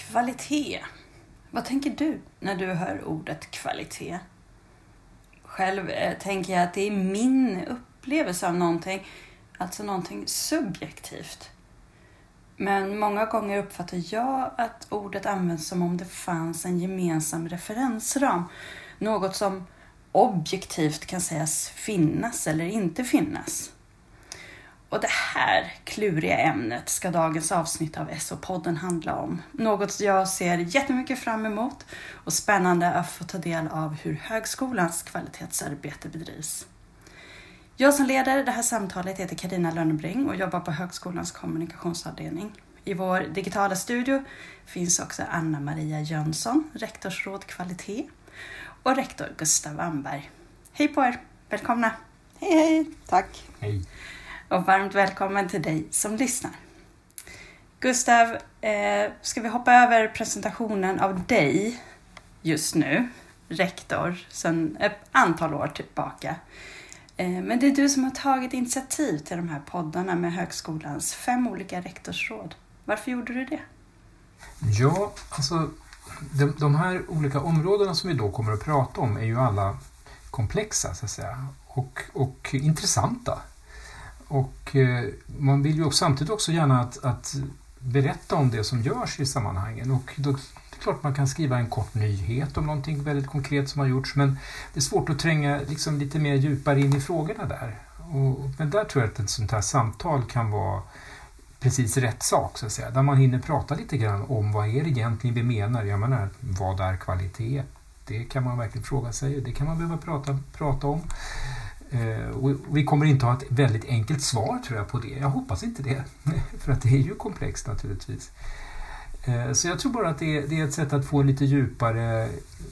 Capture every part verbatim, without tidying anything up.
Kvalitet. Vad tänker du när du hör ordet kvalitet? Själv eh, tänker jag att det är min upplevelse av någonting, alltså någonting subjektivt. Men många gånger uppfattar jag att ordet används som om det fanns en gemensam referensram. Något som objektivt kan sägas finnas eller inte finnas. Och det här kluriga ämnet ska dagens avsnitt av S O-podden handla om. Något jag ser jättemycket fram emot och spännande att få ta del av hur högskolans kvalitetsarbete bedrivs. Jag som leder det här samtalet heter Carina Lönnebring och jobbar på högskolans kommunikationsavdelning. I vår digitala studio finns också Anna-Maria Jönsson, rektorsråd kvalitet, och rektor Gustav Wamberg. Hej på er, välkomna. Hej hej, tack. Hej. Och varmt välkommen till dig som lyssnar. Gustav, eh, ska vi hoppa över presentationen av dig just nu, rektor, sedan ett antal år tillbaka. Eh, men det är du som har tagit initiativ till de här poddarna med högskolans fem olika rektorsråd. Varför gjorde du det? Ja, alltså de, de här olika områdena som vi då kommer att prata om är ju alla komplexa så att säga och, och intressanta. Och eh, man vill ju samtidigt också gärna att, att berätta om det som görs i sammanhangen. Och då, det är klart man kan skriva en kort nyhet om någonting väldigt konkret som har gjorts. Men det är svårt att tränga liksom lite mer djupare in i frågorna där. Och, men där tror jag att ett sånt här samtal kan vara precis rätt sak så att säga. Där man hinner prata lite grann om vad är det egentligen vi menar. Jag menar, vad är kvalitet? Det kan man verkligen fråga sig. Det kan man behöva prata, prata om. Och vi kommer inte ha ett väldigt enkelt svar tror jag på det. Jag hoppas inte det. För att det är ju komplext naturligtvis. Så jag tror bara att det är, det är ett sätt att få lite djupare,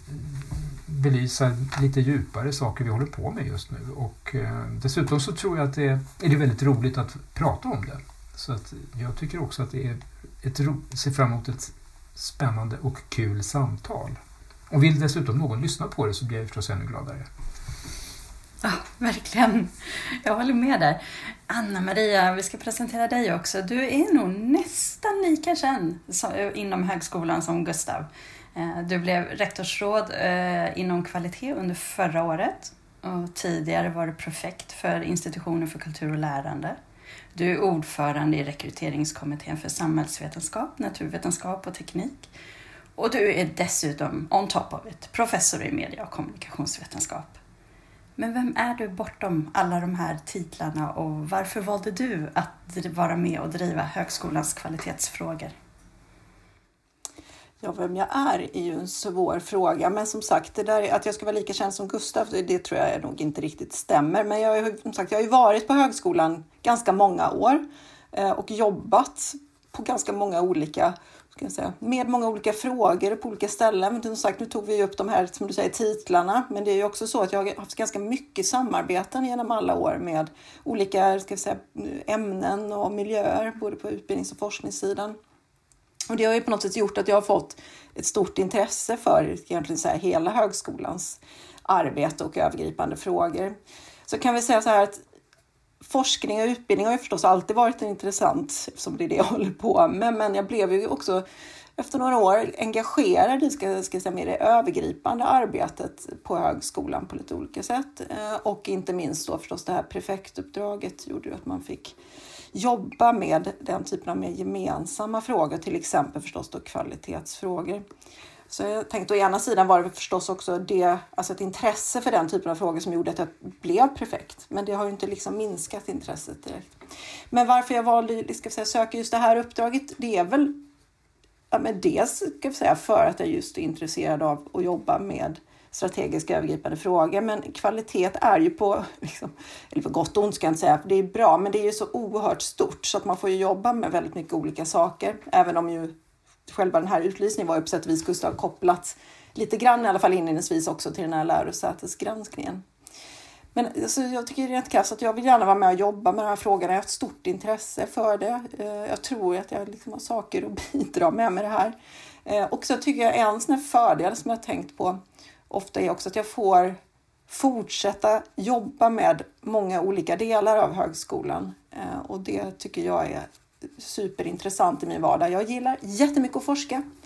belysa lite djupare saker vi håller på med just nu. Och dessutom så tror jag att det är, är det väldigt roligt att prata om det. Så att jag tycker också att det är ett ro, ser fram emot ett spännande och kul samtal. Och vill dessutom någon lyssna på det så blir jag förstås ännu gladare. Ja, verkligen. Jag håller med där. Anna-Maria, vi ska presentera dig också. Du är nog nästan lika känd inom högskolan som Gustav. Du blev rektorsråd inom kvalitet under förra året. Och tidigare var du prefekt för institutionen för kultur och lärande. Du är ordförande i rekryteringskommittén för samhällsvetenskap, naturvetenskap och teknik. Och du är dessutom, on top of it, professor i media- och kommunikationsvetenskap. Men vem är du bortom alla de här titlarna och varför valde du att vara med och driva högskolans kvalitetsfrågor? Ja, vem jag är är ju en svår fråga. Men som sagt, det där att jag ska vara lika känd som Gustav, det tror jag nog inte riktigt stämmer. Men jag har, som sagt, jag har ju varit på högskolan ganska många år och jobbat på ganska många olika, ska jag säga, med många olika frågor på olika ställen. Men som sagt, nu tog vi upp de här, som du säger, titlarna. Men det är ju också så att jag har haft ganska mycket samarbeten genom alla år med olika, ska jag säga, ämnen och miljöer, både på utbildnings- och forskningssidan. Och det har ju på något sätt gjort att jag har fått ett stort intresse för egentligen så här hela högskolans arbete och övergripande frågor. Så kan vi säga så här att forskning och utbildning har ju förstås alltid varit intressant, som det är det jag håller på med. Men jag blev ju också efter några år engagerad i ska, ska säga, med det övergripande arbetet på högskolan på lite olika sätt. Och inte minst då förstås det här prefektuppdraget gjorde ju att man fick jobba med den typen av mer gemensamma frågor, till exempel förstås då kvalitetsfrågor. Så jag tänkte, å ena sidan var det förstås också det, alltså ett intresse för den typen av frågor som gjorde att jag blev prefekt. Men det har ju inte liksom minskat intresset direkt. Men varför jag valde, ska jag säga, söka just det här uppdraget, det är väl, ja, men dels ska jag säga för att jag just är intresserad av att jobba med strategiska övergripande frågor. Men kvalitet är ju på, liksom, eller på gott och ont ska jag inte säga, för det är bra, men det är ju så oerhört stort så att man får ju jobba med väldigt mycket olika saker. Även om ju själva den här utlysningen var ju på sätt och vis Gustav kopplat lite grann i alla fall inledningsvis också till den här lärosätesgranskningen. Men alltså, jag tycker det är rätt krasst att jag vill gärna vara med och jobba med de här frågorna. Jag har ett stort intresse för det. Jag tror att jag liksom har saker att bidra med med det här. Och så tycker jag en sån här fördel som jag har tänkt på ofta är också att jag får fortsätta jobba med många olika delar av högskolan. Och det tycker jag är superintressant i min vardag. Jag gillar jättemycket att forska.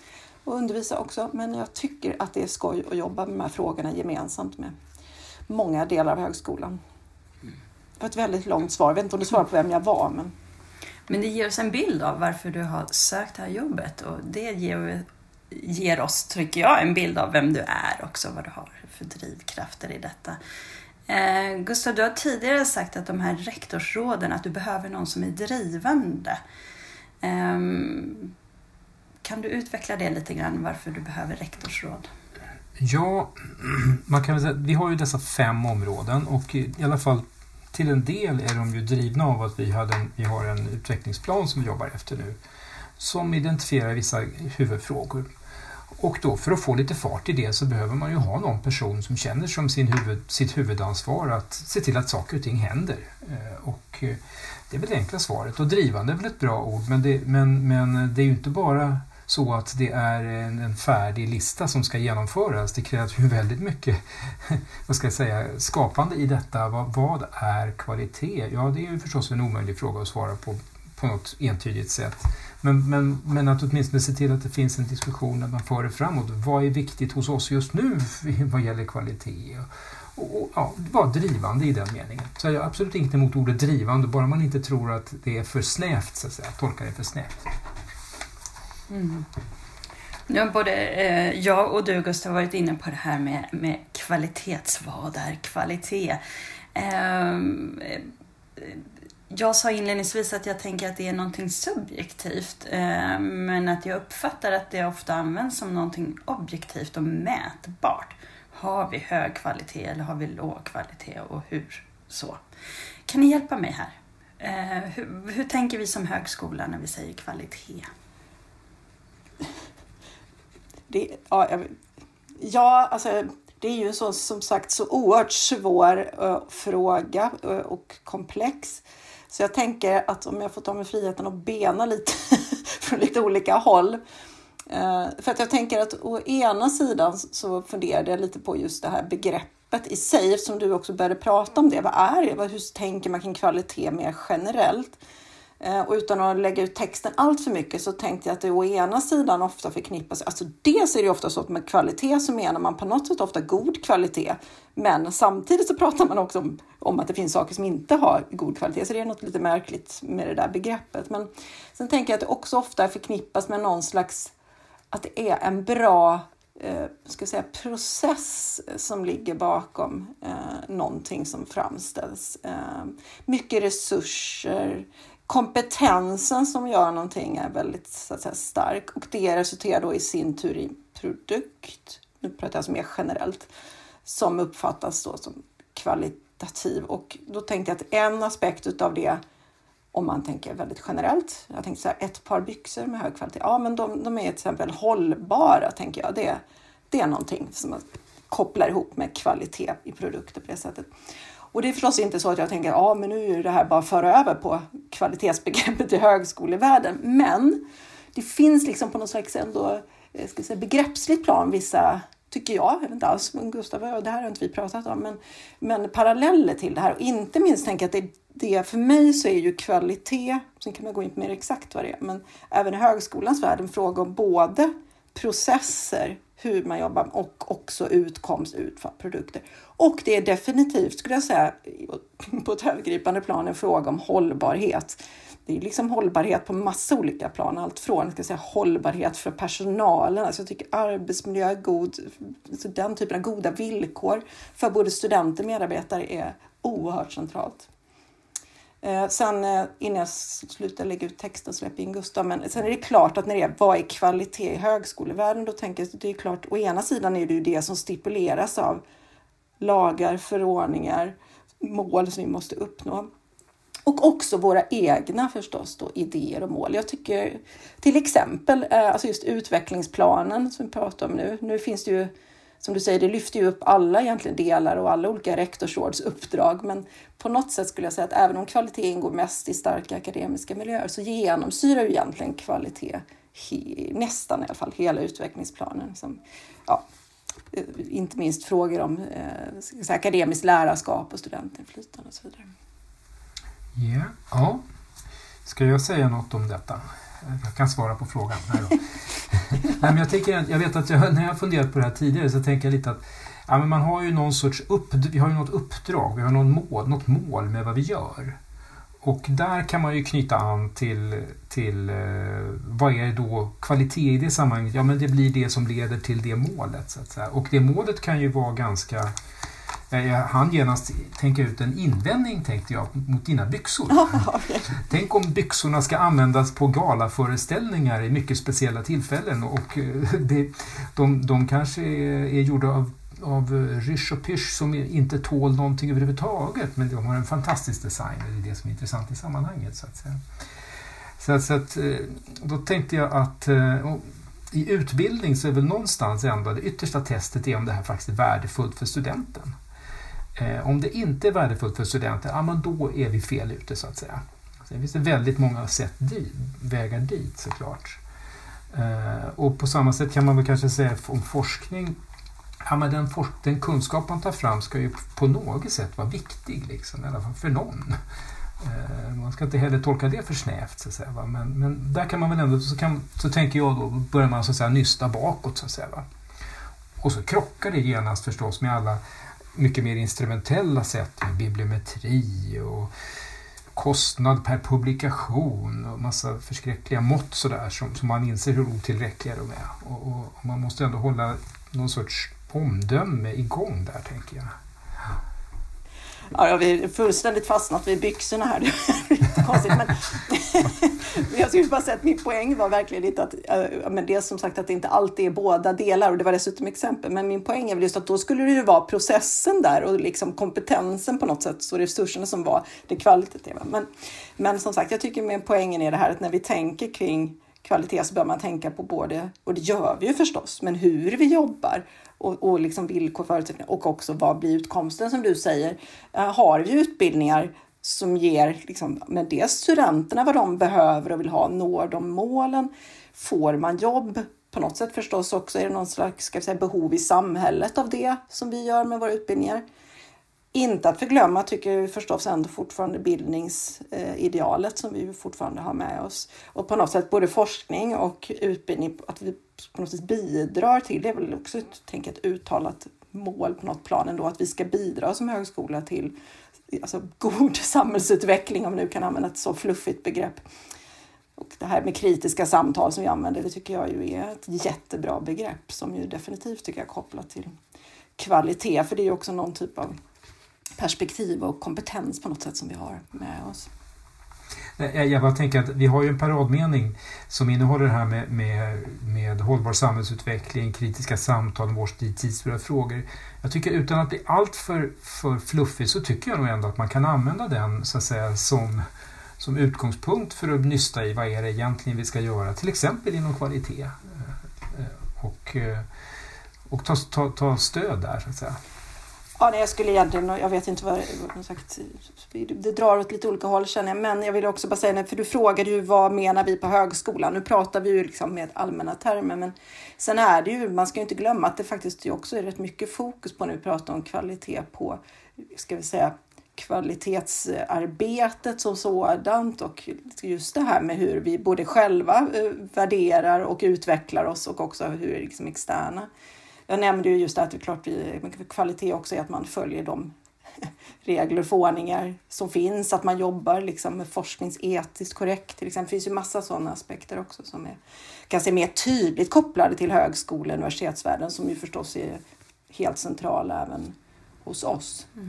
och undervisa också. Men jag tycker att det är skoj att jobba med de här frågorna gemensamt med många delar av högskolan. Det var ett väldigt långt svar. Jag vet inte om du svarar på vem jag var. Men, men det ger oss en bild av varför du har sökt det här jobbet. Och det ger, ger oss, tycker jag, en bild av vem du är också. Vad du har för drivkrafter i detta. Eh, Gustav, du har tidigare sagt att de här rektorsråden, att du behöver någon som är drivande. Eh, kan du utveckla det lite grann, varför du behöver rektorsråd? Ja, man kan väl säga, vi har ju dessa fem områden och i alla fall till en del är de ju drivna av att vi, hade en, vi har en utvecklingsplan som vi jobbar efter nu som identifierar vissa huvudfrågor. Och då för att få lite fart i det så behöver man ju ha någon person som känner som sin huvud, sitt huvudansvar att se till att saker och ting händer. Och det är väl det enkla svaret. Och drivande är väl ett bra ord, men det, men, men det är ju inte bara så att det är en, en färdig lista som ska genomföras. Det krävs ju väldigt mycket vad ska jag säga, skapande i detta. Vad, vad är kvalitet? Ja, det är ju förstås en omöjlig fråga att svara på på något entydigt sätt. Men, men, men att åtminstone se till att det finns en diskussion, att man för det framåt. Vad är viktigt hos oss just nu vad gäller kvalitet? Och, och ja, vara drivande i den meningen. Så jag har absolut inget emot ordet drivande, bara man inte tror att det är för snävt, så att säga. Tolkar det för snävt. Mm. Ja, både eh, jag och du, Gustav, har varit inne på det här med, med kvalitetsvad är kvalitet. Eh, jag sa inledningsvis att jag tänker att det är någonting subjektivt, eh, men att jag uppfattar att det ofta används som någonting objektivt och mätbart. Har vi hög kvalitet eller har vi låg kvalitet och hur så? Kan ni hjälpa mig här? Eh, hur, hur tänker vi som högskola när vi säger kvalitet? Det, ja, jag, ja, alltså det är ju så, som sagt så oerhört svår uh, fråga uh, och komplex. Så jag tänker att om jag får ta mig friheten att bena lite från lite olika håll. Uh, för att jag tänker att å ena sidan så funderar jag lite på just det här begreppet i sig. Eftersom du också började prata om det. Vad är det? Hur tänker man kring kvalitet mer generellt? Och utan att lägga ut texten allt för mycket så tänkte jag att det å ena sidan ofta förknippas. Alltså dels är det ofta så att med kvalitet så menar man på något sätt ofta god kvalitet. Men samtidigt så pratar man också om, om att det finns saker som inte har god kvalitet. Så det är något lite märkligt med det där begreppet. Men sen tänker jag att det också ofta förknippas med någon slags, att det är en bra eh, ska jag säga, process som ligger bakom eh, någonting som framställs. Eh, mycket resurser. Kompetensen som gör någonting är väldigt så att säga, stark och det resulterar då i sin tur i produkt, nu pratar jag alltså mer generellt, som uppfattas då som kvalitativ. Och då tänkte jag att en aspekt av det, om man tänker väldigt generellt, jag tänkte så här, ett par byxor med hög kvalitet, ja men de, de är till exempel hållbara, tänker jag, det, det är någonting som man kopplar ihop med kvalitet i produkter på det sättet. Och det är förstås inte så att jag tänker, ja men nu är det här bara att föra över på kvalitetsbegreppet i högskolevärlden. Men det finns liksom på något slags ändå, ska jag säga, begreppsligt plan vissa, tycker jag, jag vet inte alls, men Gustav, det här har inte vi pratat om, men, men paralleller till det här. Och inte minst tänker jag att det, det för mig så är ju kvalitet, sen kan man gå in på mer exakt vad det är, men även i högskolans värld en fråga om både processer, hur man jobbar och också utkomst ut för produkter. Och det är definitivt, skulle jag säga, på ett övergripande plan en fråga om hållbarhet. Det är liksom hållbarhet på massa olika plan. Allt från ska jag säga, hållbarhet för personalen. Alltså jag tycker arbetsmiljö är god. Så den typen av goda villkor för både studenter och medarbetare är oerhört centralt. Eh, sen eh, innan jag slutar lägga ut texten släpper in Gustav. Men sen är det klart att när det är vad är kvalitet i högskolevärlden, då tänker jag att det är klart, å ena sidan är det ju det som stipuleras av lagar, förordningar, mål som vi måste uppnå. Och också våra egna förstås då, idéer och mål. Jag tycker till exempel alltså just utvecklingsplanen som vi pratar om nu. Nu finns det ju, som du säger, det lyfter ju upp alla egentligen delar och alla olika rektorsråds uppdrag. Men på något sätt skulle jag säga att även om kvalitet ingår mest i starka akademiska miljöer så genomsyrar ju egentligen kvalitet he, nästan i alla fall hela utvecklingsplanen. Som, ja, inte minst frågor om eh, akademiskt lärarskap och studentinflytande och så vidare. Yeah. Ja, ska jag säga något om detta? Jag kan svara på frågan här då. Nej, men jag, tänker, jag vet att jag, när jag har funderat på det här tidigare så tänker jag lite att ja, men man har ju någon sorts upp, vi har ju något uppdrag, vi har någon mål, något mål med vad vi gör. Och där kan man ju knyta an till, till eh, vad är då kvalitet i det sammanhanget? Ja, men det blir det som leder till det målet. Så att säga. Och det målet kan ju vara ganska... Eh, han genast tänker ut en invändning, tänkte jag, mot dina byxor. Okay. Tänk om byxorna ska användas på galaföreställningar i mycket speciella tillfällen. Och eh, det, de, de kanske är, är gjorda av av rysch och pysch som inte tål någonting överhuvudtaget, men de har en fantastisk design, det är det som är intressant i sammanhanget så att säga. Så att, så att då tänkte jag att i utbildning så är väl någonstans ändå det yttersta testet är om det här faktiskt är värdefullt för studenten. Om det inte är värdefullt för studenten, ja men då är vi fel ute så att säga. Sen finns det väldigt många sätt dit, vägar dit såklart. Och på samma sätt kan man väl kanske säga om forskning. Ja, men den, forsk- den kunskap man tar fram ska ju på något sätt vara viktig, liksom, i alla fall för någon. Eh, man ska inte heller tolka det för snävt, så att säga, va? Men, men där kan man väl ändå, så, kan, så tänker jag då, börjar man så att säga nysta bakåt, så att säga, va? Och så krockar det genast förstås med alla mycket mer instrumentella sätt, med bibliometri och kostnad per publikation och massa förskräckliga mått sådär, som, som man inser hur otillräckliga de är. Och, och, och man måste ändå hålla någon sorts omdöme igång där, tänker jag. Ja, jag har fullständigt fastnat vid byxorna här. Det är lite konstigt, men jag skulle bara säga att min poäng var verkligen lite att, äh, men det är som sagt att det inte alltid är båda delar, och det var dessutom exempel, men min poäng är väl just att då skulle det ju vara processen där och liksom kompetensen på något sätt, så resurserna som var det kvalitativa. Men, men som sagt, jag tycker med poängen är det här att när vi tänker kring kvalitet så bör man tänka på både, och det gör vi ju förstås, men hur vi jobbar och, och liksom villkor, förutsättningar, och också vad blir utkomsten, som du säger. Uh, har vi utbildningar som ger liksom, med det studenterna vad de behöver och vill ha, når de målen, får man jobb på något sätt förstås också, är det någon slags, ska vi säga, behov i samhället av det som vi gör med våra utbildningar. Inte att förglömma tycker vi förstås ändå fortfarande bildningsidealet som vi fortfarande har med oss. Och på något sätt både forskning och utbildning, att vi på något sätt bidrar till, det är väl också tänker ett uttalat mål på något plan ändå, att vi ska bidra som högskola till alltså, god samhällsutveckling, om man nu kan använda ett så fluffigt begrepp. Och det här med kritiska samtal som vi använder, det tycker jag ju är ett jättebra begrepp som ju definitivt tycker jag är kopplat till kvalitet, för det är ju också någon typ av perspektiv och kompetens på något sätt som vi har med oss. Jag bara tänker att vi har ju en paradmening som innehåller det här med, med, med hållbar samhällsutveckling, kritiska samtal om vår tidsvåra frågor. Jag tycker utan att bli allt för, för fluffig så tycker jag nog ändå att man kan använda den så att säga som, som utgångspunkt för att nysta i vad är det egentligen vi ska göra, till exempel inom kvalitet och, och ta, ta, ta stöd där så att säga. Ja, nej, jag skulle egentligen, jag vet inte vad jag sagt, det drar åt lite olika håll känner jag, men jag vill också bara säga, för du frågade ju vad menar vi på högskolan, nu pratar vi ju liksom med allmänna termer, men sen är det ju, man ska ju inte glömma att det faktiskt också är rätt mycket fokus på när vi pratar om kvalitet på, ska vi säga, kvalitetsarbetet som sådant, och just det här med hur vi både själva värderar och utvecklar oss, och också hur liksom externa. Jag nämnde ju just att det är klart att kvalitet också är att man följer de regler och förordningar som finns, att man jobbar liksom med forskningsetiskt korrekt till exempel. Det finns ju massa sådana aspekter också som är kanske mer tydligt kopplade till högskole- och universitetsvärlden, som ju förstås är helt centrala även hos oss. Mm.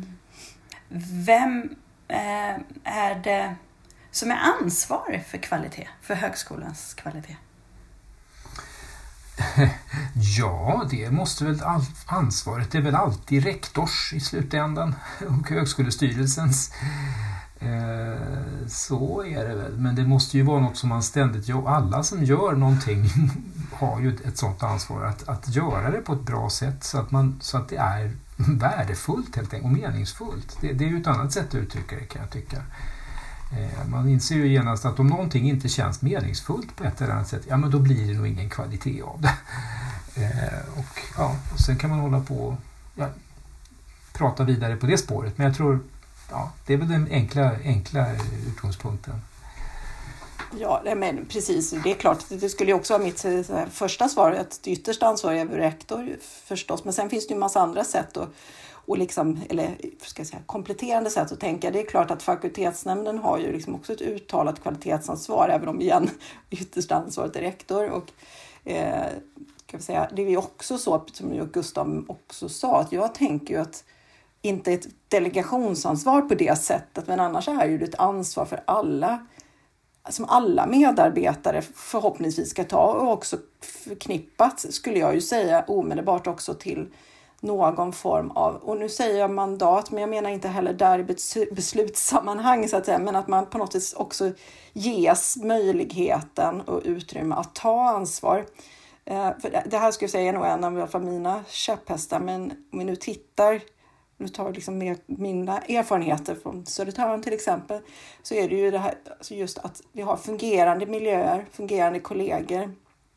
Vem eh, är det som är ansvarig för kvalitet, för högskolans kvalitet? Ja, det måste väl all, ansvaret det är väl alltid rektors i slutändan och högskolestyrelsens. Eh, så är det väl. Men det måste ju vara något som man ständigt gör. Alla som gör någonting har ju ett sådant ansvar att, att göra det på ett bra sätt så att, man, så att det är värdefullt helt enkelt och meningsfullt. Det, det är ju ett annat sätt att uttrycka det, kan jag tycka. Man inser ju genast att om någonting inte känns meningsfullt på ett eller annat sätt, ja men då blir det nog ingen kvalitet av det. Eh, och ja, och sen kan man hålla på och ja, prata vidare på det spåret, men jag tror ja, det är väl den enkla, enkla utgångspunkten. Ja, men precis. Det är klart, det skulle ju också vara mitt första svar, att det yttersta ansvar är rektor förstås. Men sen finns det ju en massa andra sätt och, och liksom, eller ska jag säga, kompletterande sätt att tänka. Det är klart att fakultetsnämnden har ju liksom också ett uttalat kvalitetsansvar, även om igen yttersta ansvaret är rektor. Och eh, ska jag säga, det är ju också så, som Gustav också sa, att jag tänker ju att inte ett delegationsansvar på det sättet, men annars är ju det ett ansvar för alla, som alla medarbetare förhoppningsvis ska ta, och också förknippat, skulle jag ju säga, omedelbart också till någon form av, och nu säger jag mandat, men jag menar inte heller där i beslutssammanhang så att säga, men att man på något vis också ges möjligheten och utrymme att ta ansvar. För det här skulle jag säga är nog en av mina käpphästar, men om vi nu tittar, nu tar jag liksom med mina erfarenheter från Södertörn till exempel, så är det ju det här, alltså just att vi har fungerande miljöer, fungerande kollegor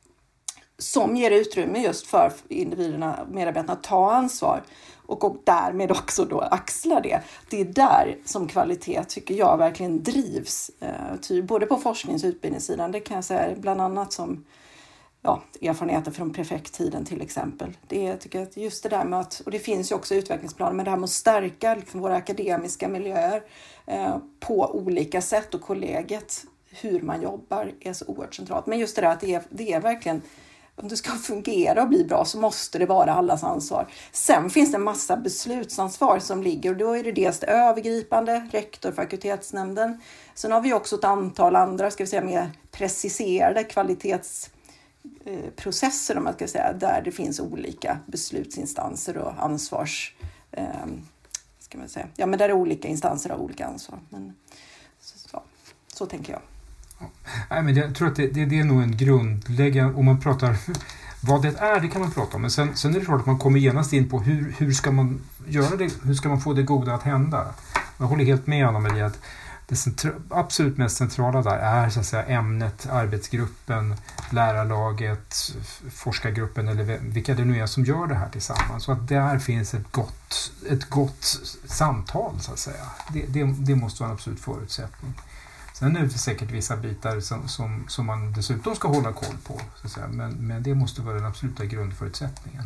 som ger utrymme just för individerna, medarbetarna, att ta ansvar och, och därmed också då axla det. Det är där som kvalitet, tycker jag, verkligen drivs. Eh, både på forsknings- och utbildningssidan, det kan jag säga bland annat som ja, erfarenheter från prefekttiden till exempel. Det är, tycker jag, just det där med att, och det finns ju också utvecklingsplaner, men det här med att stärka liksom våra akademiska miljöer eh, på olika sätt, och kollegiet, hur man jobbar, är så oerhört centralt. Men just det där att det är, det är verkligen, om det ska fungera och bli bra så måste det vara allas ansvar. Sen finns det en massa beslutsansvar som ligger, och då är det dels det övergripande, rektor, fakultetsnämnden. Sen har vi också ett antal andra, ska vi säga, mer preciserade kvalitets processer, om man ska säga, där det finns olika beslutsinstanser och ansvars eh, ska man säga, ja, men där är olika instanser har olika ansvar, men så, så, så tänker jag. Ja. Nej, men jag tror att det, det, det är nog en grundläggande, om man pratar vad det är, det kan man prata om, men sen, sen är det klart att man kommer genast in på hur, hur ska man göra det, hur ska man få det goda att hända. Jag håller helt med Anna Maria att det centra- absolut mest centrala där är så att säga ämnet, arbetsgruppen, lärarlaget, forskargruppen eller vilka det nu är som gör det här tillsammans. Så att där finns ett gott, ett gott samtal så att säga. Det, det, det måste vara en absolut förutsättning. Sen är det säkert vissa bitar som, som, som man dessutom ska hålla koll på. Så att säga. Men, men det måste vara den absoluta grundförutsättningen.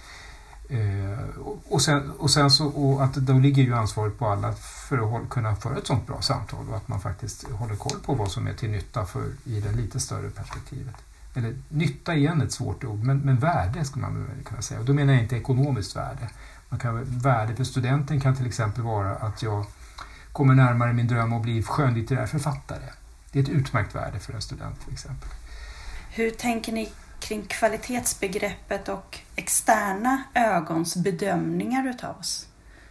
Eh, och, sen, och sen så och att då ligger ju ansvaret på alla för att hålla, kunna föra ett sånt bra samtal, och att man faktiskt håller koll på vad som är till nytta för i det lite större perspektivet. Eller nytta igen ett svårt ord, men, men värde ska man väl kunna säga. Och då menar jag inte ekonomiskt värde. Man kan, värde för studenten kan till exempel vara att jag kommer närmare min dröm och blir skönlitterär författare. Det är ett utmärkt värde för en student till exempel. Hur tänker ni kring kvalitetsbegreppet och externa ögons bedömningar utav oss?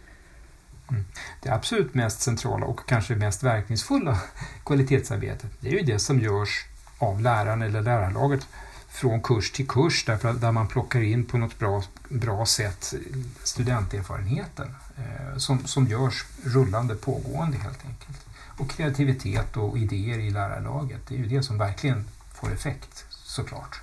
Mm. Det absolut mest centrala och kanske mest verkningsfulla kvalitetsarbetet, det är ju det som görs av läraren eller lärarlaget från kurs till kurs, därför att där man plockar in på något bra, bra sätt studenterfarenheten eh, som, som görs rullande pågående helt enkelt. Och kreativitet och idéer i lärarlaget, det är ju det som verkligen får effekt såklart.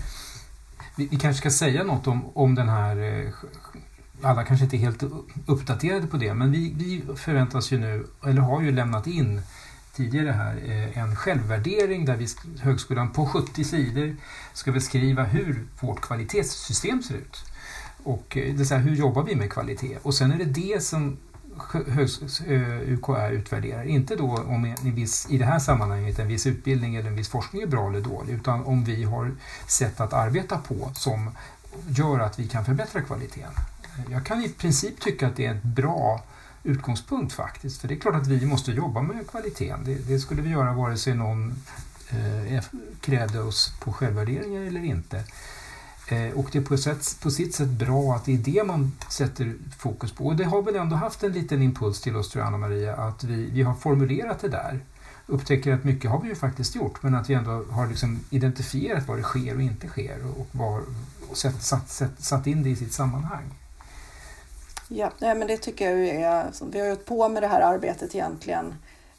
Vi, vi kanske ska säga något om, om den här, eh, alla kanske inte är helt uppdaterade på det, men vi, vi förväntas ju nu, eller har ju lämnat in tidigare här, eh, en självvärdering där vi, högskolan på sjuttio sidor ska beskriva hur vårt kvalitetssystem ser ut. Och eh, det är så här, hur jobbar vi med kvalitet? Och sen är det det som högs- U K R utvärderar. Inte då om en viss, i det här sammanhanget en viss utbildning eller en viss forskning är bra eller dålig, utan om vi har sätt att arbeta på som gör att vi kan förbättra kvaliteten. Jag kan i princip tycka att det är ett bra utgångspunkt faktiskt, för det är klart att vi måste jobba med kvaliteten. Det, det skulle vi göra vare sig någon eh, krävde oss på självvärderingar eller inte. Eh, och det är på, sätt, på sitt sätt bra att det är det man sätter fokus på. Och det har väl ändå haft en liten impuls till oss, tror jag, Anna Maria, att vi, vi har formulerat det där. Upptäcker att mycket har vi ju faktiskt gjort, men att vi ändå har liksom identifierat vad det sker och inte sker och, var, och satt, satt, satt, satt in det i sitt sammanhang. Ja, men det tycker jag är, vi har gjort på med det här arbetet egentligen,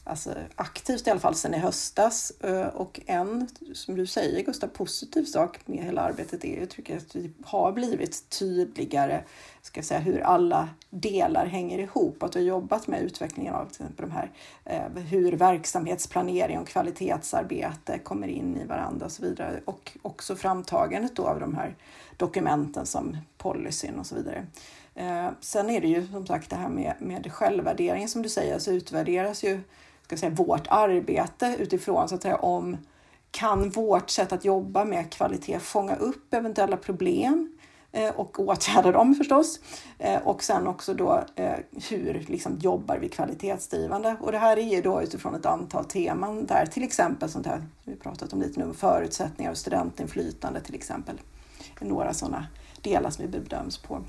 alltså aktivt i alla fall sedan i höstas. Och en, som du säger Gustav, positiv sak med hela arbetet är, jag tycker att vi har blivit tydligare, ska jag säga, hur alla delar hänger ihop. Att vi har jobbat med utvecklingen av till exempel de här, hur verksamhetsplanering och kvalitetsarbete kommer in i varandra och så vidare. Och också framtagandet då av de här dokumenten som policyn och så vidare. Eh, sen är det ju som sagt det här med, med självvärderingen som du säger, så utvärderas ju ska jag säga, vårt arbete utifrån så att säga om kan vårt sätt att jobba med kvalitet fånga upp eventuella problem eh, och åtgärda dem förstås. Eh, och sen också då eh, hur liksom jobbar vi kvalitetsdrivande. Och det här är ju då utifrån ett antal teman där till exempel sånt här vi pratat om lite nu, förutsättningar och studentinflytande till exempel. Några sådana delar som vi bedöms på.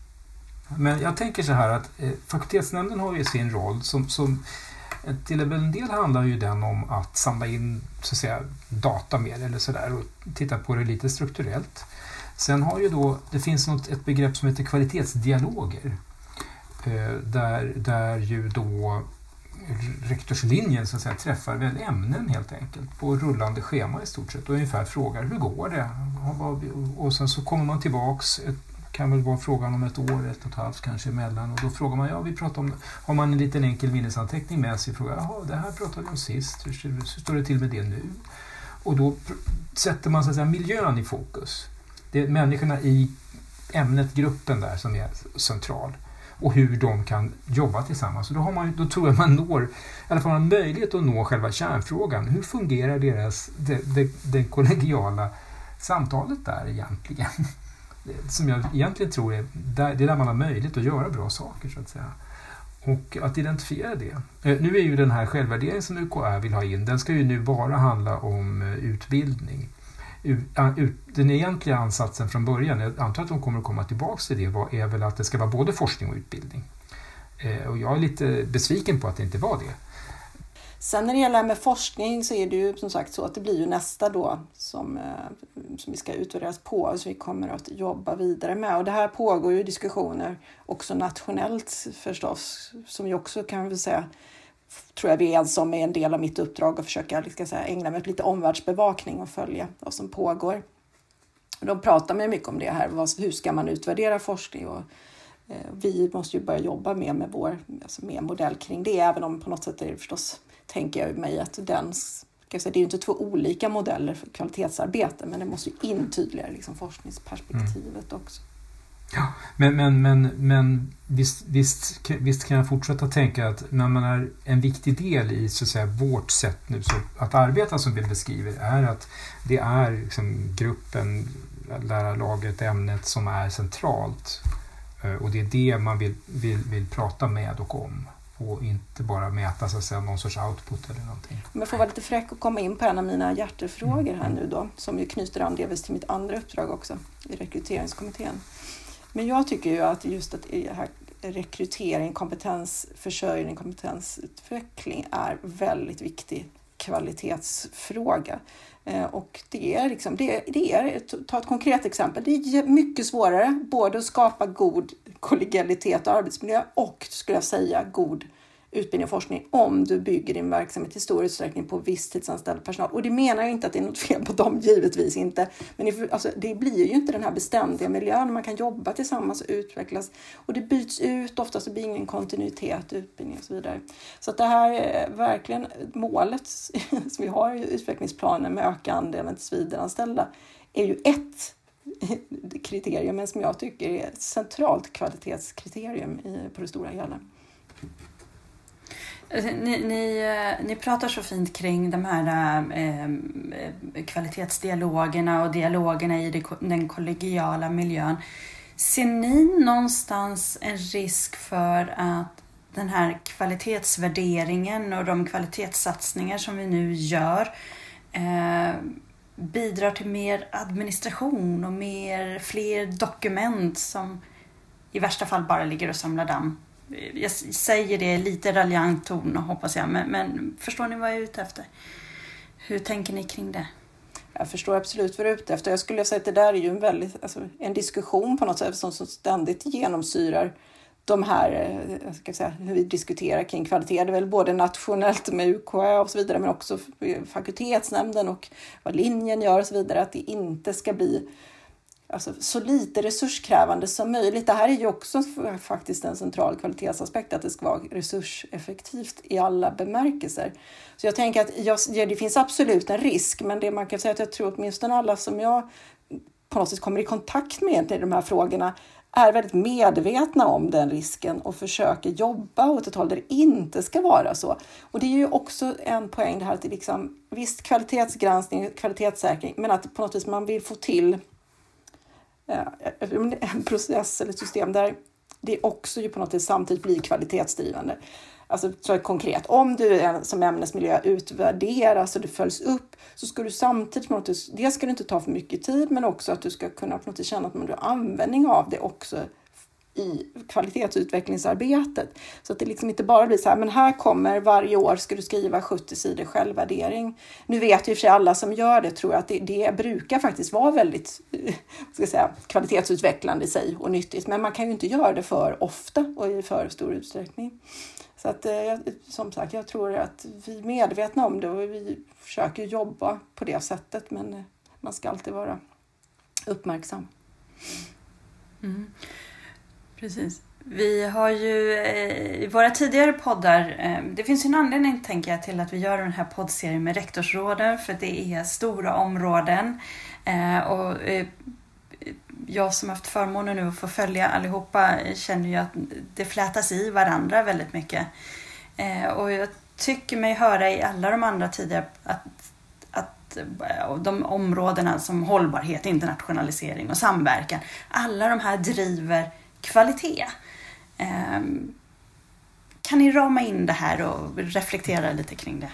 Men jag tänker så här att eh, fakultetsnämnden har ju sin roll som, som till en del handlar ju den om att samla in så att säga, data mer eller sådär och titta på det lite strukturellt. Sen har ju då, det finns något, ett begrepp som heter kvalitetsdialoger eh, där, där ju då rektorslinjen så att säga, träffar väl ämnen helt enkelt på rullande schema i stort sett och ungefär frågar hur går det? Och sen så kommer man tillbaks, ett, kan väl vara frågan om ett år, ett och ett halvt kanske emellan och då frågar man, ja vi pratar om, har man en liten enkel minnesanteckning med sig och frågar, jaha det här pratade vi om sist, hur, hur står det till med det nu? Och då sätter man så att säga miljön i fokus. Det är människorna i ämnet, gruppen där som är central. Och hur de kan jobba tillsammans. Och då, har man, då tror jag man når, i alla fall en möjlighet att nå själva kärnfrågan. Hur fungerar deras, det, det, det kollegiala samtalet där egentligen? Som jag egentligen tror är där, det är där man har möjlighet att göra bra saker så att säga. Och att identifiera det. Nu är ju den här självvärderingen som U K Ä vill ha in, den ska ju nu bara handla om utbildning. Den egentliga ansatsen från början, jag antar att de kommer att komma tillbaka till det, är väl att det ska vara både forskning och utbildning. Och jag är lite besviken på att det inte var det. Sen när det gäller med forskning så är det ju som sagt så att det blir ju nästa då som, som vi ska utvärderas på, så vi kommer att jobba vidare med. Och det här pågår ju diskussioner också nationellt förstås, som ju också kan vi säga, tror jag vi är som är en del av mitt uppdrag att försöka ska säga, ägna mig åt lite omvärldsbevakning och följa vad som pågår. Och de pratar med mycket om det här, hur ska man utvärdera forskning och eh, vi måste ju börja jobba mer med vår alltså med modell kring det, även om på något sätt är det förstås, tänker jag mig att den, ska jag säga, det är ju inte två olika modeller för kvalitetsarbete, men det måste ju in tydligare liksom forskningsperspektivet mm. också. Ja, men, men, men, men visst, visst, visst kan jag fortsätta tänka att när man är en viktig del i så att säga, vårt sätt nu så att arbeta som vi beskriver är att det är liksom, gruppen, lärarlaget, ämnet som är centralt och det är det man vill, vill, vill prata med och om och inte bara mäta så att säga, någon sorts output eller någonting. Men jag får vara lite fräck och komma in på en av mina hjärtefrågor här nu då, som ju knyter an delvis till mitt andra uppdrag också i rekryteringskommittén. Men jag tycker ju att just att här rekrytering, kompetensförsörjning, kompetensutveckling är väldigt viktig kvalitetsfråga. Eh, och det är, liksom, det, det är, ta ett konkret exempel, det är mycket svårare både att skapa god kollegialitet och arbetsmiljö och, skulle jag säga, god utbildning och forskning om du bygger din verksamhet i stor utsträckning på visstidsanställd personal. Och det menar jag inte att det är något fel på dem, givetvis inte. Men det, alltså, det blir ju inte den här beständiga miljön där man kan jobba tillsammans och utvecklas. Och det byts ut, ofta så blir ingen kontinuitet, utbildning och så vidare. Så att det här är verkligen målet som vi har i utvecklingsplanen med öka andelen tillsvidareanställda är ju ett kriterium, men som jag tycker är ett centralt kvalitetskriterium i, på det stora hela. Ni, ni, ni pratar så fint kring de här eh, kvalitetsdialogerna och dialogerna i det, den kollegiala miljön. Ser ni någonstans en risk för att den här kvalitetsvärderingen och de kvalitetssatsningar som vi nu gör eh, bidrar till mer administration och mer, fler dokument som i värsta fall bara ligger och samlar damm? Jag säger det lite raljant ton, hoppas jag, men, men förstår ni vad jag är ute efter? Hur tänker ni kring det? Jag förstår absolut vad jag är ute efter. Jag skulle säga att det där är ju en, väldigt, alltså, en diskussion på något sätt som, som ständigt genomsyrar de här, jag ska säga, hur vi diskuterar kring kvalitet. Det är väl både nationellt med U K Ä och så vidare, men också fakultetsnämnden och vad linjen gör och så vidare. Att det inte ska bli alltså, så lite resurskrävande som möjligt. Det här är ju också faktiskt en central kvalitetsaspekt, att det ska vara resurseffektivt i alla bemärkelser. Så jag tänker att jag, ja, det finns absolut en risk, men det man kan säga att jag tror åtminstone alla som jag på något sätt kommer i kontakt med i de här frågorna är väldigt medvetna om den risken och försöker jobba åt ett håll där det inte ska vara så. Och det är ju också en poäng det här att det liksom, visst kvalitetsgranskning, kvalitetssäkring, men att på något vis man vill få till en process eller ett system där det också ju på något vis samtidigt blir kvalitetsdrivande. Alltså så konkret, om du är som ämnesmiljö utvärderas och det följs upp, så ska du samtidigt på något vis, det ska du inte ta för mycket tid, men också att du ska kunna på något vis känna att man har användning av det också i kvalitetsutvecklingsarbetet. Så att det liksom inte bara blir så här, men här kommer varje år ska du skriva sjuttio sidor självvärdering. Nu vet ju för sig alla som gör det, tror jag att det, det brukar faktiskt vara väldigt ska jag säga, kvalitetsutvecklande i sig och nyttigt. Men man kan ju inte göra det för ofta och i för stor utsträckning. Så att som sagt, jag tror att vi är medvetna om det och vi försöker jobba på det sättet, men man ska alltid vara uppmärksam. Mm. Precis. Vi har ju i våra tidigare poddar, det finns ju en anledning tänker jag till att vi gör den här poddserien med rektorsråden, för det är stora områden och jag som haft förmånen nu att få följa allihopa känner ju att det flätas i varandra väldigt mycket. Och jag tycker mig höra i alla de andra tidigare att, att de områdena som hållbarhet, internationalisering och samverkan, alla de här driver kvalitet. Kan ni rama in det här och reflektera lite kring det?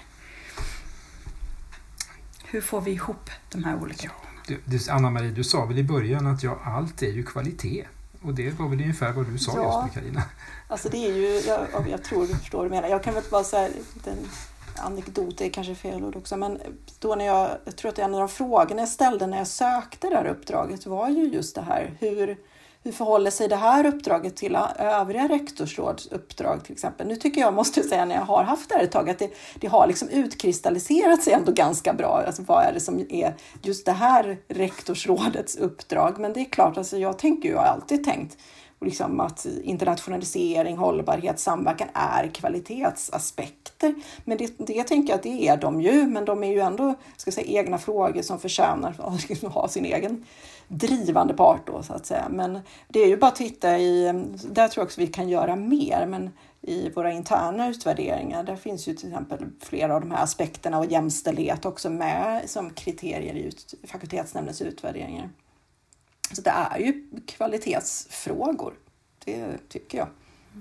Hur får vi ihop de här olika? Du, du, Anna-Marie, du sa väl i början att ja, allt är ju kvalitet. Och det var väl ungefär vad du sa ja, just, Carina. Alltså det är ju, jag, jag tror du förstår vad du menar. Jag kan väl bara säga, en anekdot är kanske fel ord också, men då när jag, jag tror att en av de frågorna jag ställde när jag sökte det här uppdraget var ju just det här, hur Hur förhåller sig det här uppdraget till övriga rektorsråds uppdrag till exempel? Nu tycker jag, måste säga, när jag har haft det här ett tag, att det, det har liksom utkristalliserat sig ändå ganska bra. Alltså vad är det som är just det här rektorsrådets uppdrag? Men det är klart, alltså jag tänker ju, jag har alltid tänkt liksom att internationalisering, hållbarhet, samverkan är kvalitetsaspekter. Men det, det tänker jag att det är de ju, men de är ju ändå ska jag säga, egna frågor som förtjänar att ha sin egen drivande part då, så att säga. Men det är ju bara att titta i, där tror jag också vi kan göra mer, men i våra interna utvärderingar, där finns ju till exempel flera av de här aspekterna och jämställdhet också med som kriterier i ut, fakultetsnämndens utvärderingar. Så det är ju kvalitetsfrågor, det tycker jag.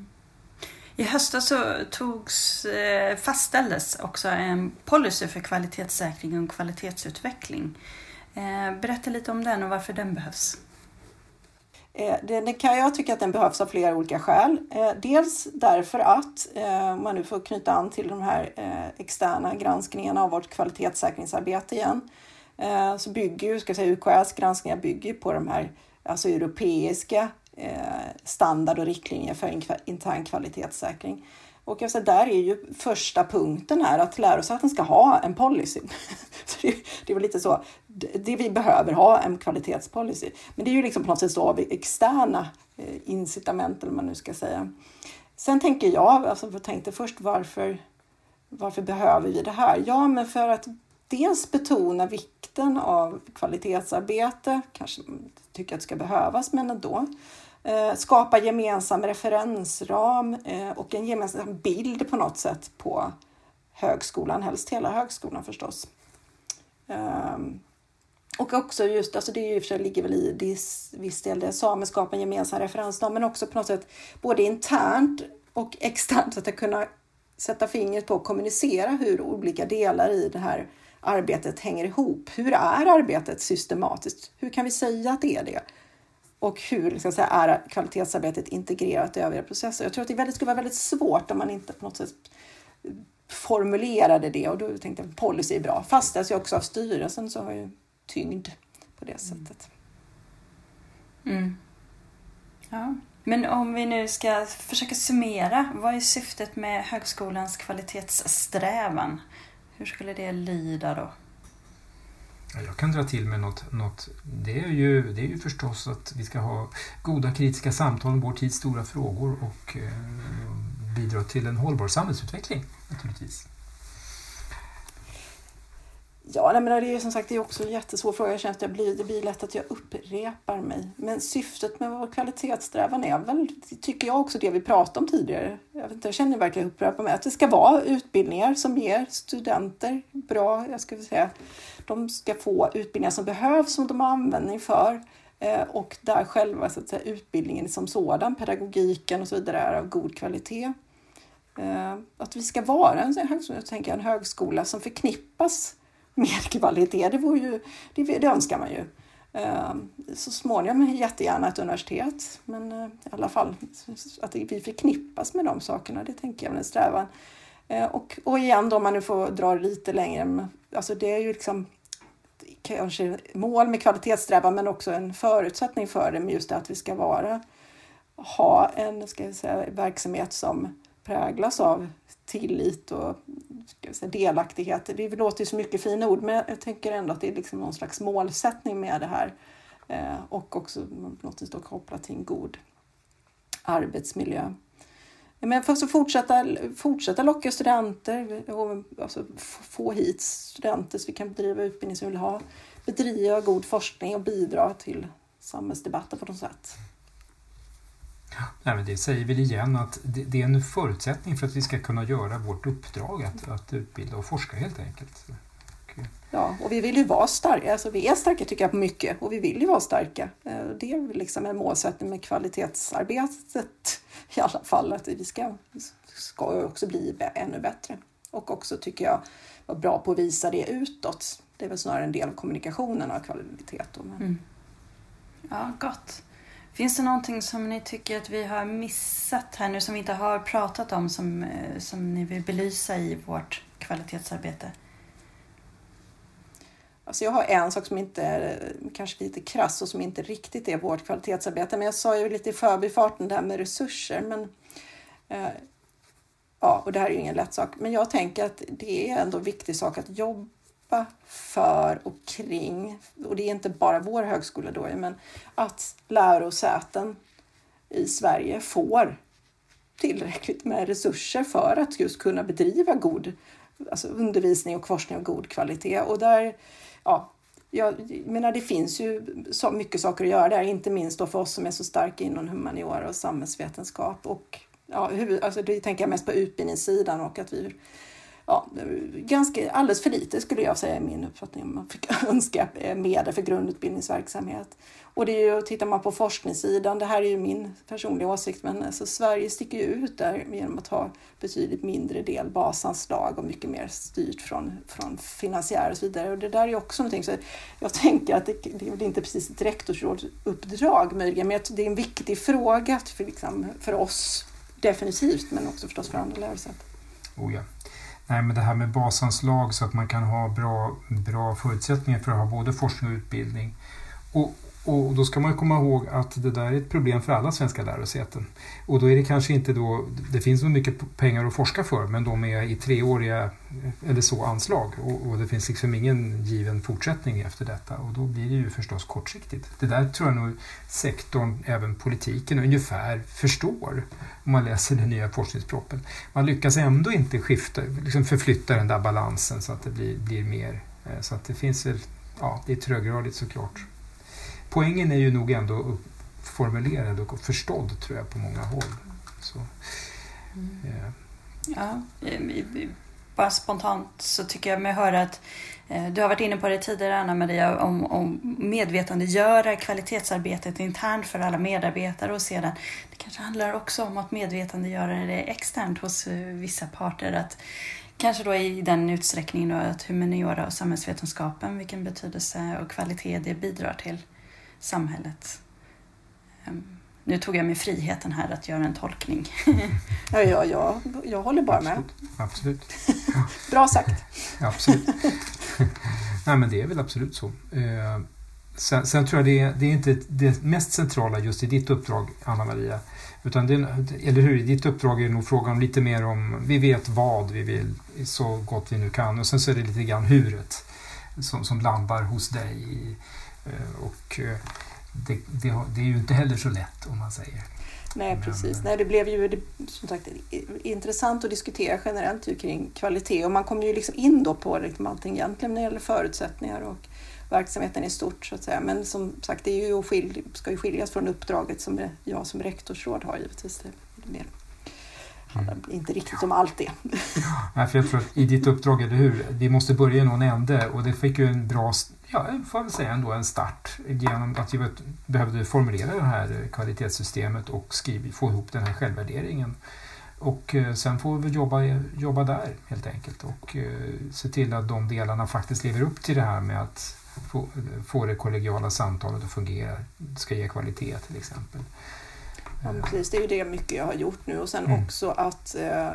I höstas så togs, fastställdes också en policy för kvalitetssäkring och kvalitetsutveckling. Berätta lite om den och varför den behövs. Det, det kan jag tycka att den behövs av flera olika skäl. Dels därför att, om man nu får knyta an till de här externa granskningarna av vårt kvalitetssäkringsarbete igen, så bygger ju, ska jag säga, U K Äs granskningar bygger på de här alltså europeiska standard och riktlinjer för intern kvalitetssäkring. Och jag säger, där är ju första punkten här att lärosäten ska ha en policy. det, det är väl lite så, det vi behöver ha en kvalitetspolicy. Men det är ju liksom på något sätt så av externa incitament, eller man nu ska säga. Sen tänker jag, alltså jag tänkte först varför, varför behöver vi det här? Ja, men för att dels betona vikten av kvalitetsarbete, kanske tycker att det ska behövas, men ändå. Skapa gemensam referensram och en gemensam bild på något sätt på högskolan, helst hela högskolan förstås. Och också just, alltså det är ju för sig ligger väl i this, viss del det sa, med skapa en gemensam referensram, men också på något sätt både internt och externt, så att jag kunna sätta fingret på och kommunicera hur olika delar i det här arbetet hänger ihop. Hur är arbetet systematiskt? Hur kan vi säga att det är det? Och hur ska jag säga, är kvalitetsarbetet integrerat i övriga processer? Jag tror att det väldigt, skulle vara väldigt svårt om man inte på något sätt formulerade det. Och då tänkte jag policy är bra. Fastställs ju också av styrelsen, så har ju tyngd på det sättet. Mm. Ja, Men om vi nu ska försöka summera, vad är syftet med högskolans kvalitetssträvan? Hur skulle det lyda då? Jag kan dra till med något. något. Det, är ju, det är ju förstås att vi ska ha goda kritiska samtal om vår tids stora frågor och eh, bidra till en hållbar samhällsutveckling naturligtvis. Ja, nej, men det är som sagt det är också en jättesvår fråga. Jag känner att jag blir, det blir lätt att jag upprepar mig. Men syftet med vår kvalitetssträvan är väl, tycker jag också det vi pratade om tidigare. Jag, vet inte, jag känner verkligen upprepa mig. Att det ska vara utbildningar som ger studenter bra, jag ska säga, de ska få utbildningar som behövs, som de har användning för. Eh, och där själva så att säga, utbildningen som sådan, pedagogiken och så vidare är av god kvalitet. Eh, att vi ska vara en, jag tänker, en högskola som förknippas med kvalitet, det, vore ju, det, det önskar man ju. Så småningom jättegärna ett universitet, men i alla fall att vi förknippas med de sakerna, det tänker jag är en strävan. Och, och igen då, om man nu får dra lite längre, alltså det är ju liksom kanske mål med kvalitetssträvan, men också en förutsättning för det, just det att vi ska vara, ha en ska jag säga, verksamhet som präglas av tillit och ska jag säga, delaktighet. Det låter ju så mycket fina ord, men jag tänker ändå att det är liksom någon slags målsättning med det här. Eh, och också något som står kopplat till en god arbetsmiljö. Men för att fortsätta, fortsätta locka studenter och alltså, få hit studenter så vi kan bedriva utbildning som vi vill ha. Bedriva god forskning och bidra till samhällsdebatten på något sätt. Nej, men det säger vi igen att det, det är en förutsättning för att vi ska kunna göra vårt uppdrag att, att utbilda och forska helt enkelt. Och, ja, och vi vill ju vara starka. Alltså, vi är starka tycker jag på mycket och vi vill ju vara starka. Det är liksom en målsättning med kvalitetsarbetet i alla fall. Att vi ska, ska också bli ännu bättre. Och också tycker jag vara bra på att visa det utåt. Det är väl snarare en del av kommunikationen av kvalitet. Men... Mm. Ja, gott. Finns det någonting som ni tycker att vi har missat här nu som vi inte har pratat om som, som ni vill belysa i vårt kvalitetsarbete? Alltså jag har en sak som inte är kanske lite krass och som inte riktigt är vårt kvalitetsarbete. Men jag sa ju lite i förbifarten där med resurser. Men, eh, ja, och det här är ju ingen lätt sak. Men jag tänker att det är ändå en viktig sak att jobba för och kring, och det är inte bara vår högskola då, men att lärosäten i Sverige får tillräckligt med resurser för att just kunna bedriva god alltså undervisning och forskning av god kvalitet. Och där, ja, jag menar det finns ju så mycket saker att göra där, inte minst då för oss som är så starka inom humaniora och samhällsvetenskap. Och ja, huvud, alltså det tänker jag mest på utbildningssidan och att vi Ja, ganska, alldeles för lite skulle jag säga i min uppfattning om man fick önska medel för grundutbildningsverksamhet. Och det är ju, tittar man på forskningssidan, det här är ju min personliga åsikt, men alltså Sverige sticker ju ut där genom att ha betydligt mindre del basanslag och mycket mer styrt från, från finansiärer och så vidare. Och det där är ju också någonting, så jag tänker att det, det är inte precis ett rektorsrådsuppdrag möjligen, men det är en viktig fråga för, liksom, för oss definitivt, men också förstås för andra lärosäten. Oh ja. Nej, men det här med basanslag så att man kan ha bra, bra förutsättningar för att ha både forskning och utbildning. Och, och då ska man ju komma ihåg att det där är ett problem för alla svenska lärosäten. Och då är det kanske inte då, det finns så mycket pengar att forska för, men de är i treåriga eller så anslag. Och, och det finns liksom ingen given fortsättning efter detta. Och då blir det ju förstås kortsiktigt. Det där tror jag nog sektorn, även politiken, ungefär förstår om man läser den nya forskningsproppen. Man lyckas ändå inte skifta, liksom förflytta den där balansen så att det blir, blir mer. Så att det finns väl, ja, det är tröggradigt såklart. Poängen är ju nog ändå formulerad och förstådd tror jag på många håll. Så, mm. eh. Ja, bara spontant så tycker jag mig höra att eh, du har varit inne på det tidigare, Anna-Maria, om, om medvetandegöra kvalitetsarbetet internt för alla medarbetare och sedan. Det kanske handlar också om att medvetandegöra det externt hos uh, vissa parter, att kanske då i den utsträckningen då att humaniora och samhällsvetenskapen, vilken betydelse och kvalitet det bidrar till samhället. Um, nu tog jag mig friheten här att göra en tolkning. ja, ja, ja, jag håller bara med. Absolut. absolut. Bra sagt. Ja, absolut. Nej, men det är väl absolut så. Eh, sen, sen tror jag det är, det är inte det mest centrala just i ditt uppdrag, Anna-Maria. Utan det, eller hur, i ditt uppdrag är det nog frågan lite mer om, vi vet vad vi vill så gott vi nu kan. Och sen så är det lite grann huret som, som landar hos dig. Och det, det, det är ju inte heller så lätt om man säger. Nej, precis. Nej, det blev ju det, som sagt intressant att diskutera generellt ju kring kvalitet. Och man kommer ju liksom in då på liksom allting egentligen när det gäller förutsättningar och verksamheten i stort så att säga. Men som sagt, det är ju skilj, ska ju skiljas från uppdraget som jag som rektorsråd har givetvis. Det mer. handlar mm. inte riktigt om allt det. Nej, för jag tror att i ditt uppdrag, eller hur, vi måste börja i någon ände och det fick ju en bra, ja, får jag säga ändå en start genom att vi behövde formulera det här kvalitetssystemet och skriva, få ihop den här självvärderingen. Och eh, sen får vi jobba, jobba där helt enkelt och eh, se till att de delarna faktiskt lever upp till det här med att få, få det kollegiala samtalet att fungera, ska ge kvalitet till exempel. Ja, precis, det är ju det mycket jag har gjort nu och sen mm. också att eh,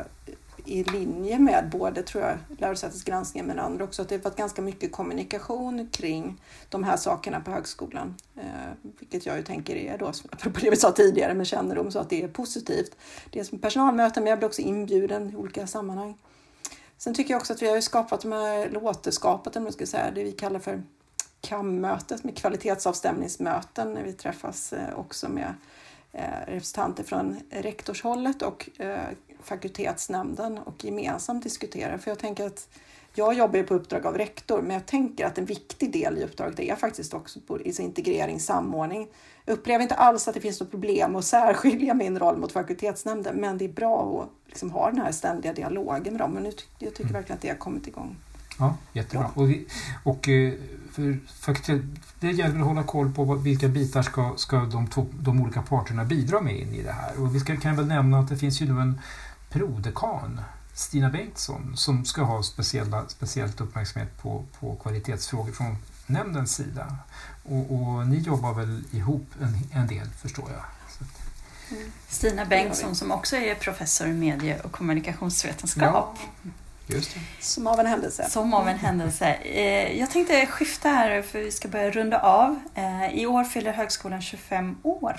i linje med både tror jag lärosätets granskning men andra också att det har varit ganska mycket kommunikation kring de här sakerna på högskolan. Eh, vilket jag ju tänker är då, apropå det vi sa tidigare med kännedom, så att det är positivt. Det är som personalmöten men jag blir också inbjuden i olika sammanhang. Sen tycker jag också att vi har skapat de här, låterskapat om jag ska säga, det vi kallar för C A M-mötet med kvalitetsavstämningsmöten när vi träffas eh, också med representanter från rektorshållet och eh, fakultetsnämnden och gemensamt diskutera. För jag tänker att jag jobbar på uppdrag av rektor, men jag tänker att en viktig del i uppdraget är faktiskt också på integrering, samordning. Jag upplever inte alls att det finns något problem att särskilja min roll mot fakultetsnämnden, men det är bra att liksom ha den här ständiga dialogen med dem. Men nu, jag tycker mm. verkligen att det har kommit igång. Ja, jättebra. Och, vi, och för, för, det gäller att hålla koll på vilka bitar ska, ska de, to, de olika parterna bidra med in i det här. Och vi ska, kan väl nämna att det finns ju nu en prodekan, Stina Bengtsson, som ska ha speciella, speciellt uppmärksamhet på, på kvalitetsfrågor från nämndens sida. Och, och ni jobbar väl ihop en, en del, förstår jag. Så att, mm. Stina Bengtsson som också är professor i medie- och kommunikationsvetenskap. Ja. Just det. Som av en händelse. Som av en händelse. Jag tänkte skifta här för vi ska börja runda av. I år fyller högskolan tjugofem år.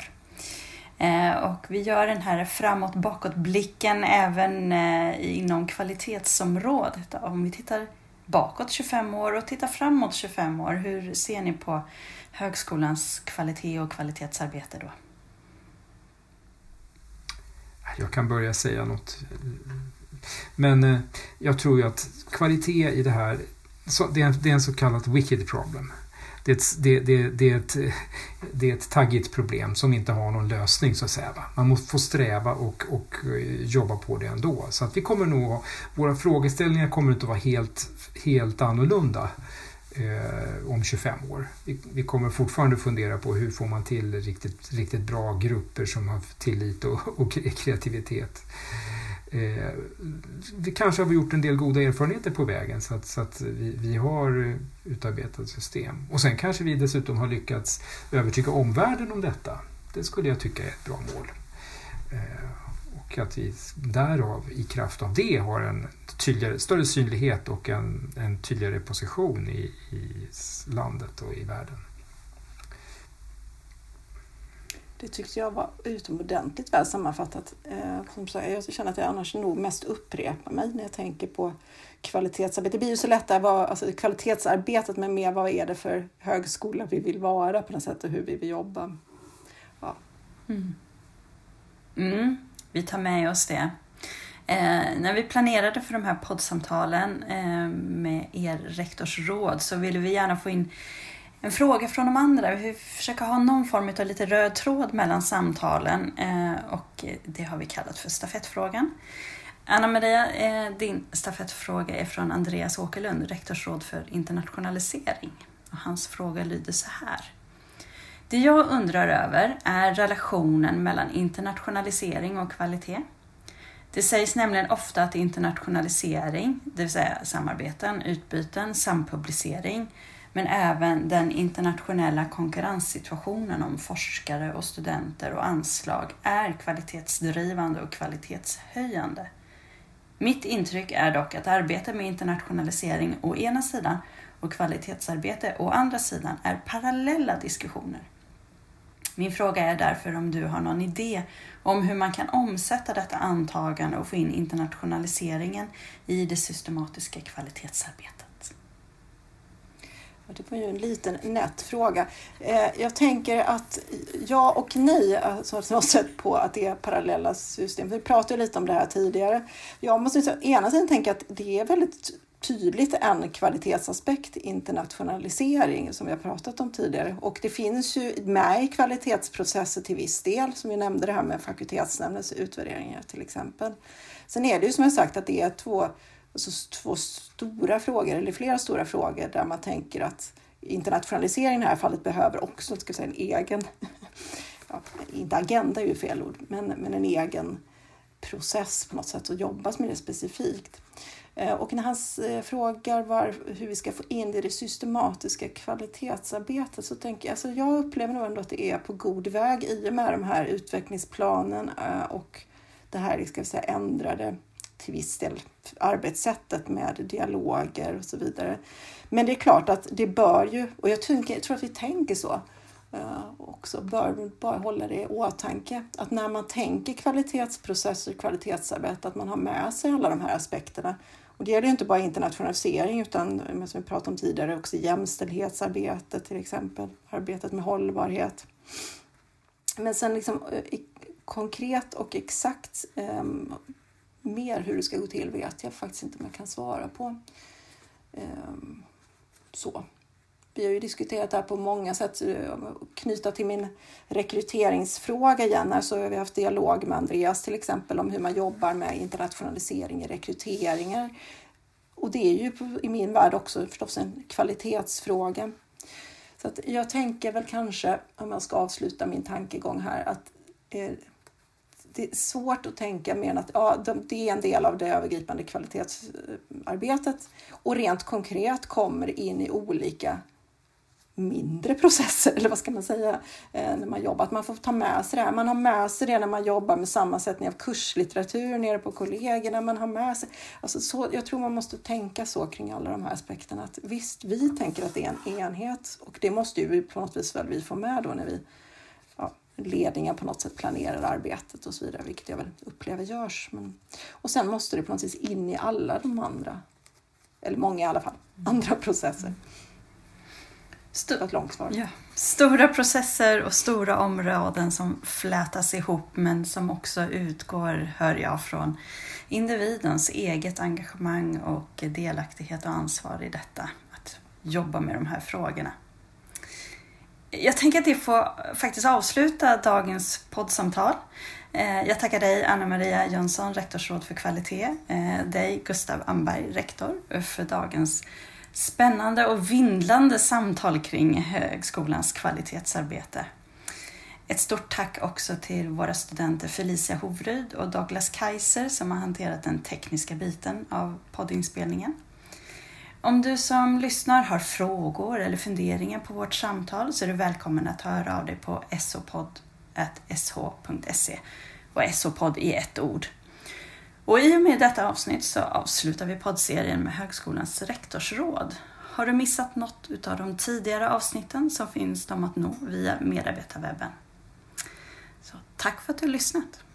Och vi gör den här framåt bakåt blicken även inom kvalitetsområdet. Om vi tittar bakåt tjugofem år och tittar framåt tjugofem år. Hur ser ni på högskolans kvalitet och kvalitetsarbete då? Jag kan börja säga något. Men eh, jag tror ju att kvalitet i det här, så, det, är en, det är en så kallat wicked problem. Det är, ett, det, det, det, är ett, det är ett taggigt problem som inte har någon lösning så att säga. Va? Man måste få sträva och, och jobba på det ändå. Så att vi kommer nog, våra frågeställningar kommer inte att vara helt, helt annorlunda eh, om tjugofem år. Vi, vi kommer fortfarande fundera på hur får man till riktigt, riktigt bra grupper som har tillit och, och kreativitet. Eh, vi kanske har gjort en del goda erfarenheter på vägen så att, så att vi, vi har utarbetat system. Och sen kanske vi dessutom har lyckats övertyga omvärlden om detta. Det skulle jag tycka är ett bra mål. Eh, och att vi därav i kraft av det har en tydligare, större synlighet och en, en tydligare position i, i landet och i världen. Det tyckte jag var utomordentligt väl sammanfattat. Eh, som så, jag känner att jag annars nog mest upprepar mig när jag tänker på kvalitetsarbete. Det blir ju så lätt att vara, alltså, kvalitetsarbetet med mer vad är det för högskola vi vill vara på något sätt och hur vi vill jobba. Ja. Mm. Mm, vi tar med oss det. Eh, när vi planerade för de här poddsamtalen eh, med er rektorsråd så ville vi gärna få in en fråga från de andra. Vi försöker ha någon form av lite röd tråd mellan samtalen eh, och det har vi kallat för stafettfrågan. Anna-Maria, eh, din stafettfråga är från Andreas Åkerlund, rektorsråd för internationalisering. Och hans fråga lyder så här. Det jag undrar över är relationen mellan internationalisering och kvalitet. Det sägs nämligen ofta att internationalisering, det vill säga samarbeten, utbyten, sampublicering, men även den internationella konkurrenssituationen om forskare och studenter och anslag är kvalitetsdrivande och kvalitetshöjande. Mitt intryck är dock att arbete med internationalisering å ena sidan och kvalitetsarbete å andra sidan är parallella diskussioner. Min fråga är därför om du har någon idé om hur man kan omsätta detta antagande och få in internationaliseringen i det systematiska kvalitetsarbetet. Det var ju en liten nätt fråga. Jag tänker att ja och nej, alltså, som har sett på att det är parallella system. Vi pratade lite om det här tidigare. Jag måste säga, ena sidan tänka att det är väldigt tydligt en kvalitetsaspekt, internationalisering, som vi har pratat om tidigare. Och det finns ju med i kvalitetsprocesser till viss del, som vi nämnde det här med fakultetsnämndens utvärderingar till exempel. Sen är det ju som jag sagt att det är två, alltså två stora frågor, eller flera stora frågor, där man tänker att internationalisering i det här fallet behöver också, ska jag säga, en egen, ja, inte agenda är ju fel ord, men, men en egen process på något sätt och jobbas med det specifikt. Och när han frågar var, hur vi ska få in det i det systematiska kvalitetsarbetet, så tänker jag, alltså jag upplever nog ändå att det är på god väg i och med de här utvecklingsplanen och det här, ska vi säga, ändrade till viss del arbetssättet med dialoger och så vidare. Men det är klart att det bör ju, och jag, tänker, jag tror att vi tänker så, Uh, också bör bara hålla det i åtanke att när man tänker kvalitetsprocesser, kvalitetsarbete, att man har med sig alla de här aspekterna. Och det gäller ju inte bara internationalisering utan, som vi pratade om tidigare, också jämställdhetsarbete till exempel, arbetet med hållbarhet. Men sen liksom uh, konkret och exakt um, mer hur det ska gå till vet jag faktiskt inte om jag kan svara på. Um, så. Vi har ju diskuterat det här på många sätt. Knyta till min rekryteringsfråga igen här, så har vi haft dialog med Andreas till exempel om hur man jobbar med internationalisering i rekryteringar. Och det är ju i min värld också förstås en kvalitetsfråga. Så att jag tänker väl kanske, om jag ska avsluta min tankegång här, att eh, det är svårt att tänka mer än att ja, det är en del av det övergripande kvalitetsarbetet och rent konkret kommer in i olika mindre processer, eller vad ska man säga, när man jobbar. Att man får ta med sig det här. Man har med sig det när man jobbar med sammansättning av kurslitteratur nere på kollegorna. Man har med sig, alltså så, jag tror man måste tänka så kring alla de här aspekterna. Att visst, vi tänker att det är en enhet och det måste ju på något vis väl vi få med då när vi ja, ledningen på något sätt planerar arbetet och så vidare, vilket jag väl upplever görs. Men, och sen måste det på något vis in i alla de andra, eller många i alla fall, andra processer. St- ett långt svar. Ja. Stora processer och stora områden som flätas ihop, men som också utgår, hör jag, från individens eget engagemang och delaktighet och ansvar i detta, att jobba med de här frågorna. Jag tänker att det får faktiskt avsluta dagens poddsamtal. Jag tackar dig, Anna-Maria Jönsson, rektorsråd för kvalitet, dig, Gustav Amberg, rektor, för dagens spännande och vindlande samtal kring högskolans kvalitetsarbete. Ett stort tack också till våra studenter Felicia Hovryd och Douglas Kaiser som har hanterat den tekniska biten av poddinspelningen. Om du som lyssnar har frågor eller funderingar på vårt samtal så är du välkommen att höra av dig på sopodd at s h punkt se och sopodd i ett ord. Och i och med detta avsnitt så avslutar vi poddserien med högskolans rektorsråd. Har du missat något av de tidigare avsnitten så finns de att nå via medarbetarwebben. Så tack för att du har lyssnat.